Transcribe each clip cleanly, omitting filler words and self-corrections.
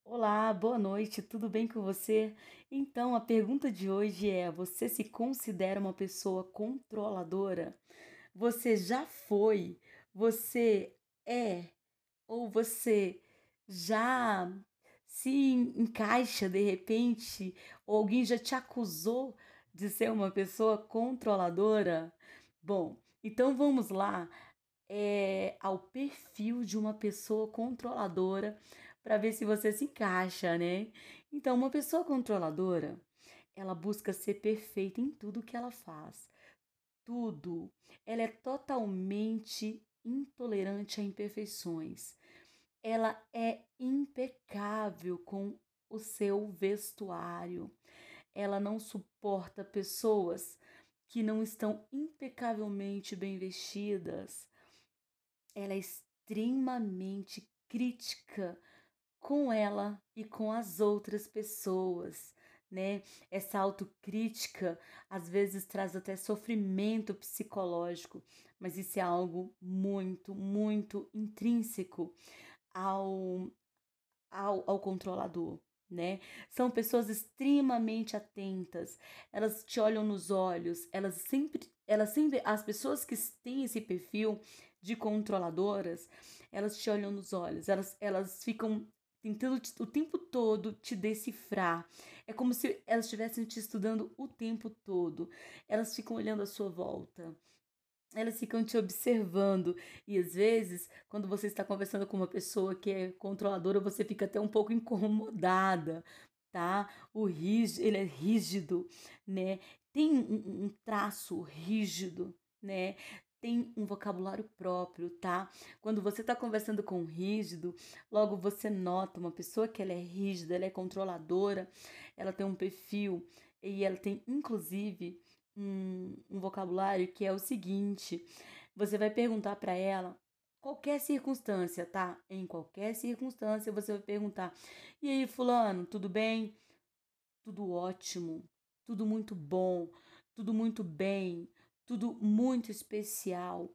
Olá, boa noite, tudo bem com você? Então, a pergunta de hoje é: você se considera uma pessoa controladora? Você já foi? Você é? Ou você já se encaixa de repente? Ou alguém já te acusou de ser uma pessoa controladora? Bom, então vamos lá ao perfil de uma pessoa controladora para ver se você se encaixa, né? Então, uma pessoa controladora, ela busca ser perfeita em tudo que ela faz. Tudo. Ela é totalmente intolerante a imperfeições. Ela é impecável com o seu vestuário. Ela não suporta pessoas que não estão impecavelmente bem vestidas. Ela é extremamente crítica com ela e com as outras pessoas, né? Essa autocrítica às vezes traz até sofrimento psicológico, mas isso é algo muito, muito intrínseco ao, ao controlador. Né? São pessoas extremamente atentas, elas te olham nos olhos, elas sempre, as pessoas que têm esse perfil de controladoras, elas te olham nos olhos, elas ficam tentando o tempo todo te decifrar. É como se elas estivessem te estudando o tempo todo. Elas ficam olhando à sua volta. Elas ficam te observando e às vezes, quando você está conversando com uma pessoa que é controladora, você fica até um pouco incomodada, tá? Ele é rígido, né? Tem um traço rígido, né? Tem um vocabulário próprio, tá? Quando você está conversando com um rígido, logo você nota uma pessoa que ela é rígida, ela é controladora, ela tem um perfil e ela tem inclusive um vocabulário que é o seguinte: você vai perguntar para ela qualquer circunstância, tá? Em qualquer circunstância você vai perguntar: e aí, Fulano, tudo bem? Tudo ótimo, tudo muito bom, tudo muito bem, tudo muito especial.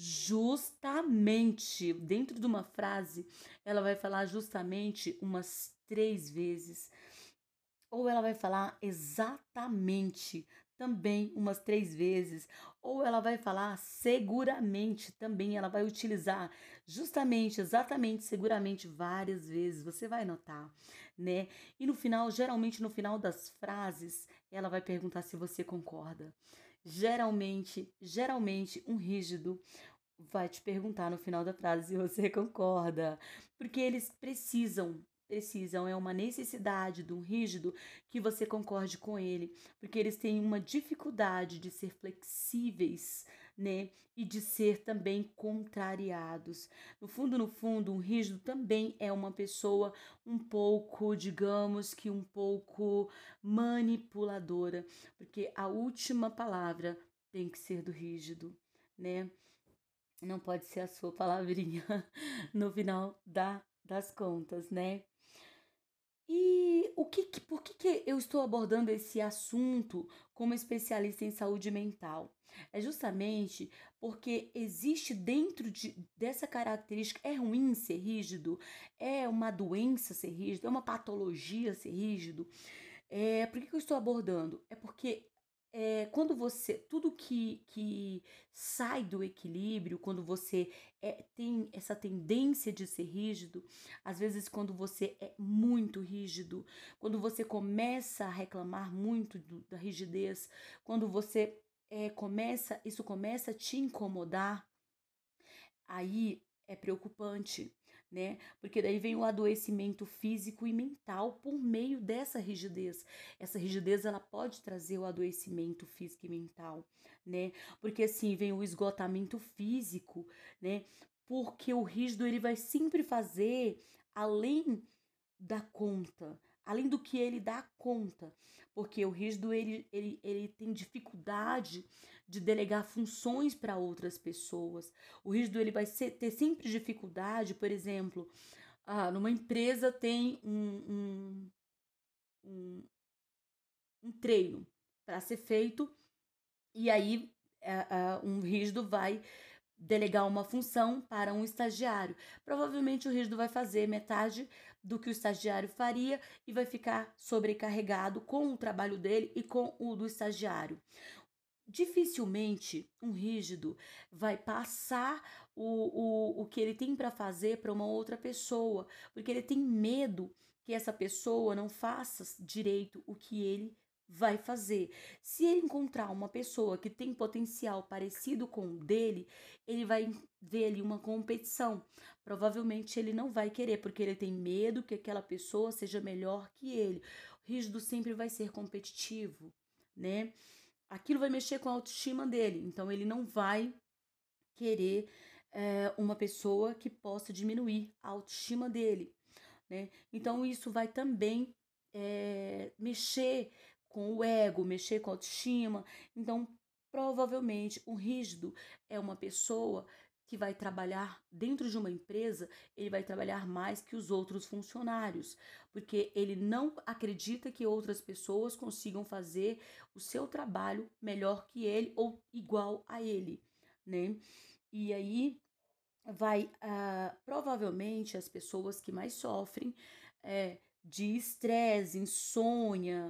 Justamente, dentro de uma frase, ela vai falar justamente umas 3 vezes. Ou ela vai falar exatamente também umas 3 vezes, ou ela vai falar seguramente também, ela vai utilizar justamente, exatamente, seguramente várias vezes, você vai notar, né? E no final, geralmente no final das frases, ela vai perguntar se você concorda. Geralmente, um rígido vai te perguntar no final da frase se você concorda, porque eles precisam, é uma necessidade de um rígido que você concorde com ele, porque eles têm uma dificuldade de ser flexíveis, né, e de ser também contrariados. No fundo, um rígido também é uma pessoa um pouco, digamos que um pouco manipuladora, porque a última palavra tem que ser do rígido, né? Não pode ser a sua palavrinha no final das contas, né? E por que eu estou abordando esse assunto como especialista em saúde mental? É justamente porque existe dessa característica, é ruim ser rígido, é uma doença ser rígido, é uma patologia ser rígido. Por que eu estou abordando? É porque quando tudo que sai do equilíbrio, quando você tem essa tendência de ser rígido, às vezes quando você é muito rígido, quando você começa a reclamar muito da rigidez, quando você isso começa a te incomodar, aí é preocupante, né? Porque daí vem o adoecimento físico e mental por meio dessa rigidez. Essa rigidez ela pode trazer o adoecimento físico e mental, né? Porque assim vem o esgotamento físico, né? Porque o rígido ele vai sempre fazer além da conta, além do que ele dá conta, porque o rígido ele tem dificuldade de delegar funções para outras pessoas. O rígido ele vai ter sempre dificuldade, por exemplo, numa empresa tem um, um treino para ser feito e aí um rígido vai delegar uma função para um estagiário. Provavelmente o rígido vai fazer metade do que o estagiário faria e vai ficar sobrecarregado com o trabalho dele e com o do estagiário. Dificilmente um rígido vai passar o que ele tem para fazer para uma outra pessoa, porque ele tem medo que essa pessoa não faça direito o que ele vai fazer. Se ele encontrar uma pessoa que tem potencial parecido com o dele, ele vai ver ali uma competição. Provavelmente ele não vai querer, porque ele tem medo que aquela pessoa seja melhor que ele. O rígido sempre vai ser competitivo, né? Aquilo vai mexer com a autoestima dele, então ele não vai querer uma pessoa que possa diminuir a autoestima dele, né? Então isso vai também mexer com o ego, mexer com a autoestima. Então, provavelmente, um rígido é uma pessoa que vai trabalhar dentro de uma empresa, ele vai trabalhar mais que os outros funcionários, porque ele não acredita que outras pessoas consigam fazer o seu trabalho melhor que ele ou igual a ele, né? E aí provavelmente as pessoas que mais sofrem de estresse, insônia,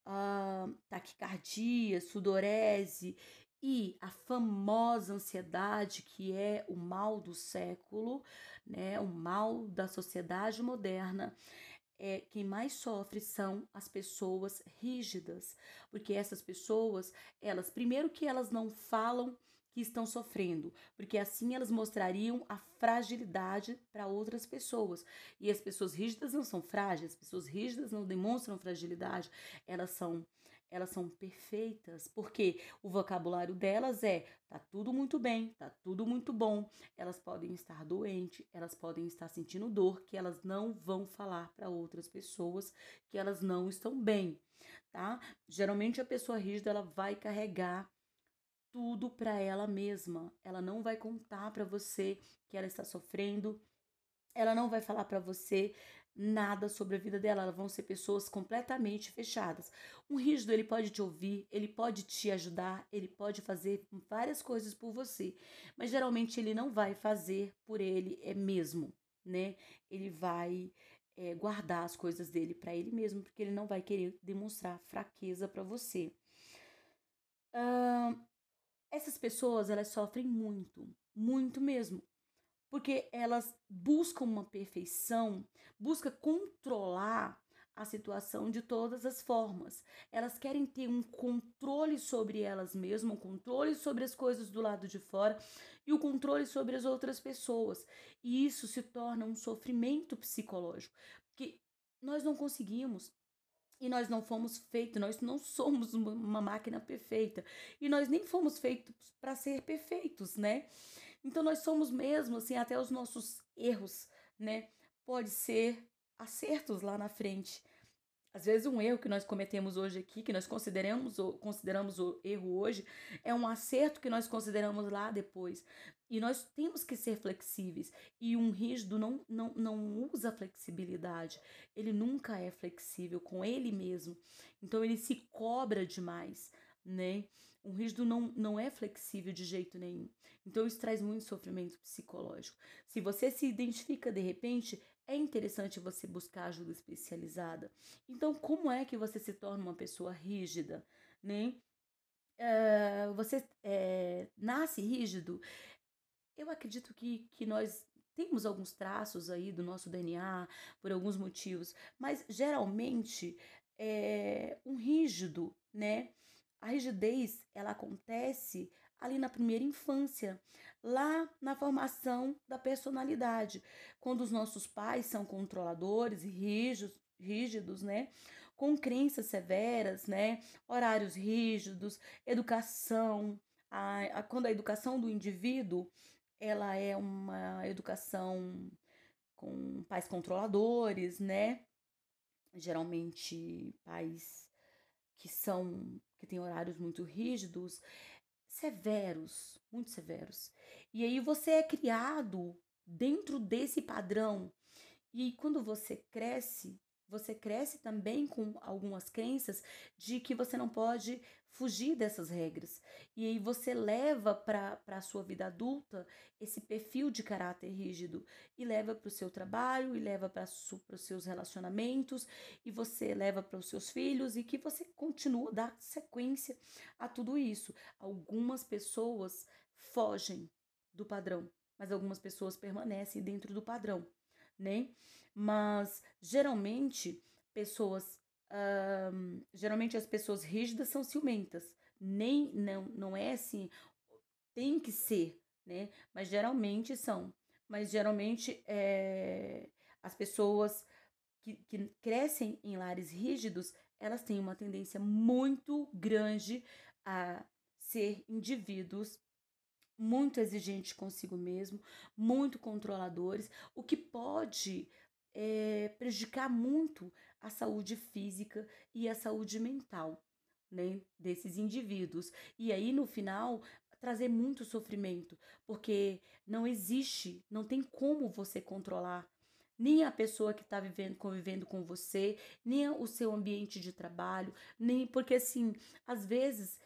taquicardia, sudorese e a famosa ansiedade, que é o mal do século, né, o mal da sociedade moderna. Quem mais sofre são as pessoas rígidas, porque essas pessoas, elas, primeiro que elas não falam que estão sofrendo, porque assim elas mostrariam a fragilidade para outras pessoas. E as pessoas rígidas não são frágeis, as pessoas rígidas não demonstram fragilidade, elas são elas são perfeitas, porque o vocabulário delas é tá tudo muito bem, tá tudo muito bom. Elas podem estar doentes, elas podem estar sentindo dor, que elas não vão falar para outras pessoas que elas não estão bem, tá? Geralmente a pessoa rígida ela vai carregar tudo para ela mesma. Ela não vai contar para você que ela está sofrendo. Ela não vai falar para você nada sobre a vida dela. Elas vão ser pessoas completamente fechadas. Um rígido, ele pode te ouvir, ele pode te ajudar, ele pode fazer várias coisas por você, mas geralmente ele não vai fazer por ele mesmo, né? Ele vai guardar as coisas dele para ele mesmo, porque ele não vai querer demonstrar fraqueza para você. Essas pessoas, elas sofrem muito, muito mesmo, porque elas buscam uma perfeição, buscam controlar a situação de todas as formas. Elas querem ter um controle sobre elas mesmas, um controle sobre as coisas do lado de fora e o controle sobre as outras pessoas. E isso se torna um sofrimento psicológico, porque nós não conseguimos. E nós não fomos feitos, nós não somos uma máquina perfeita. E nós nem fomos feitos para ser perfeitos, né? Então nós somos mesmo, assim, até os nossos erros, né? Pode ser acertos lá na frente. Às vezes um erro que nós cometemos hoje aqui, que nós consideramos o erro hoje, é um acerto que nós consideramos lá depois. E nós temos que ser flexíveis. E um rígido não usa flexibilidade. Ele nunca é flexível com ele mesmo. Então ele se cobra demais, né? Um rígido não é flexível de jeito nenhum. Então isso traz muito sofrimento psicológico. Se você se identifica de repente, é interessante você buscar ajuda especializada. Então, como é que você se torna uma pessoa rígida, né? Você nasce rígido? Eu acredito que nós temos alguns traços aí do nosso DNA por alguns motivos, mas geralmente um rígido, né? A rigidez, ela acontece ali na primeira infância, lá na formação da personalidade, quando os nossos pais são controladores e rígidos, né? Com crenças severas, né? Horários rígidos, educação, quando a educação do indivíduo ela é uma educação com pais controladores, né? Geralmente pais que têm horários muito rígidos, severos, muito severos. E aí você é criado dentro desse padrão. E quando você cresce, você cresce também com algumas crenças de que você não pode fugir dessas regras. E aí você leva para a sua vida adulta esse perfil de caráter rígido e leva para o seu trabalho, e leva para os seus relacionamentos, e você leva para os seus filhos, e que você continua a dar sequência a tudo isso. Algumas pessoas fogem do padrão, mas algumas pessoas permanecem dentro do padrão, né? Mas geralmente as pessoas rígidas são ciumentas. Nem não é assim, tem que ser, né? Mas geralmente são. Mas geralmente as pessoas que crescem em lares rígidos, elas têm uma tendência muito grande a ser indivíduos muito exigentes consigo mesmo, muito controladores, o que pode prejudicar muito a saúde física e a saúde mental, né, desses indivíduos. E aí, no final, trazer muito sofrimento, porque não existe, não tem como você controlar nem a pessoa que está convivendo com você, nem o seu ambiente de trabalho, nem porque assim, às vezes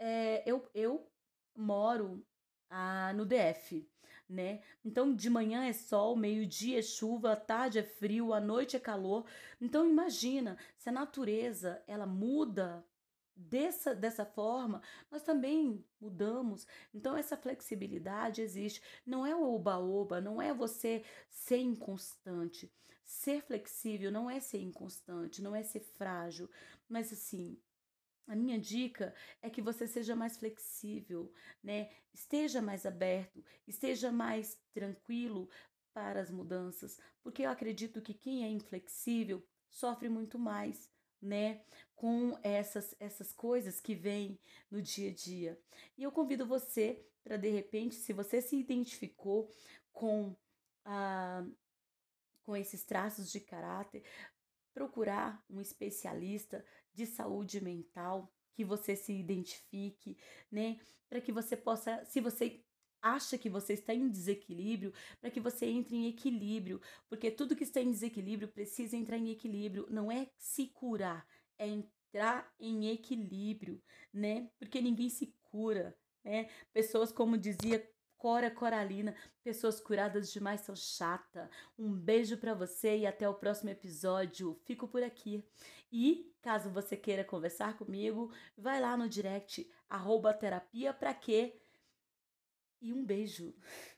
eu moro no DF, né? Então de manhã é sol, meio-dia é chuva, à tarde é frio, à noite é calor. Então imagina, se a natureza ela muda dessa forma, nós também mudamos. Então essa flexibilidade existe. Não é o oba-oba, não é você ser inconstante. Ser flexível não é ser inconstante, não é ser frágil, mas assim, a minha dica é que você seja mais flexível, né? Esteja mais aberto, esteja mais tranquilo para as mudanças, porque eu acredito que quem é inflexível sofre muito mais, né? Com essas coisas que vêm no dia a dia. E eu convido você para, de repente, se você se identificou com, ah, com esses traços de caráter, procurar um especialista de saúde mental que você se identifique, né? Para que você possa, se você acha que você está em desequilíbrio, para que você entre em equilíbrio, porque tudo que está em desequilíbrio precisa entrar em equilíbrio, não é se curar, é entrar em equilíbrio, né? Porque ninguém se cura, né? Pessoas, como dizia Cora Coralina, pessoas curadas demais são chata. Um beijo para você e até o próximo episódio. Fico por aqui. E caso você queira conversar comigo, vai lá no direct @terapia pra quê? E um beijo.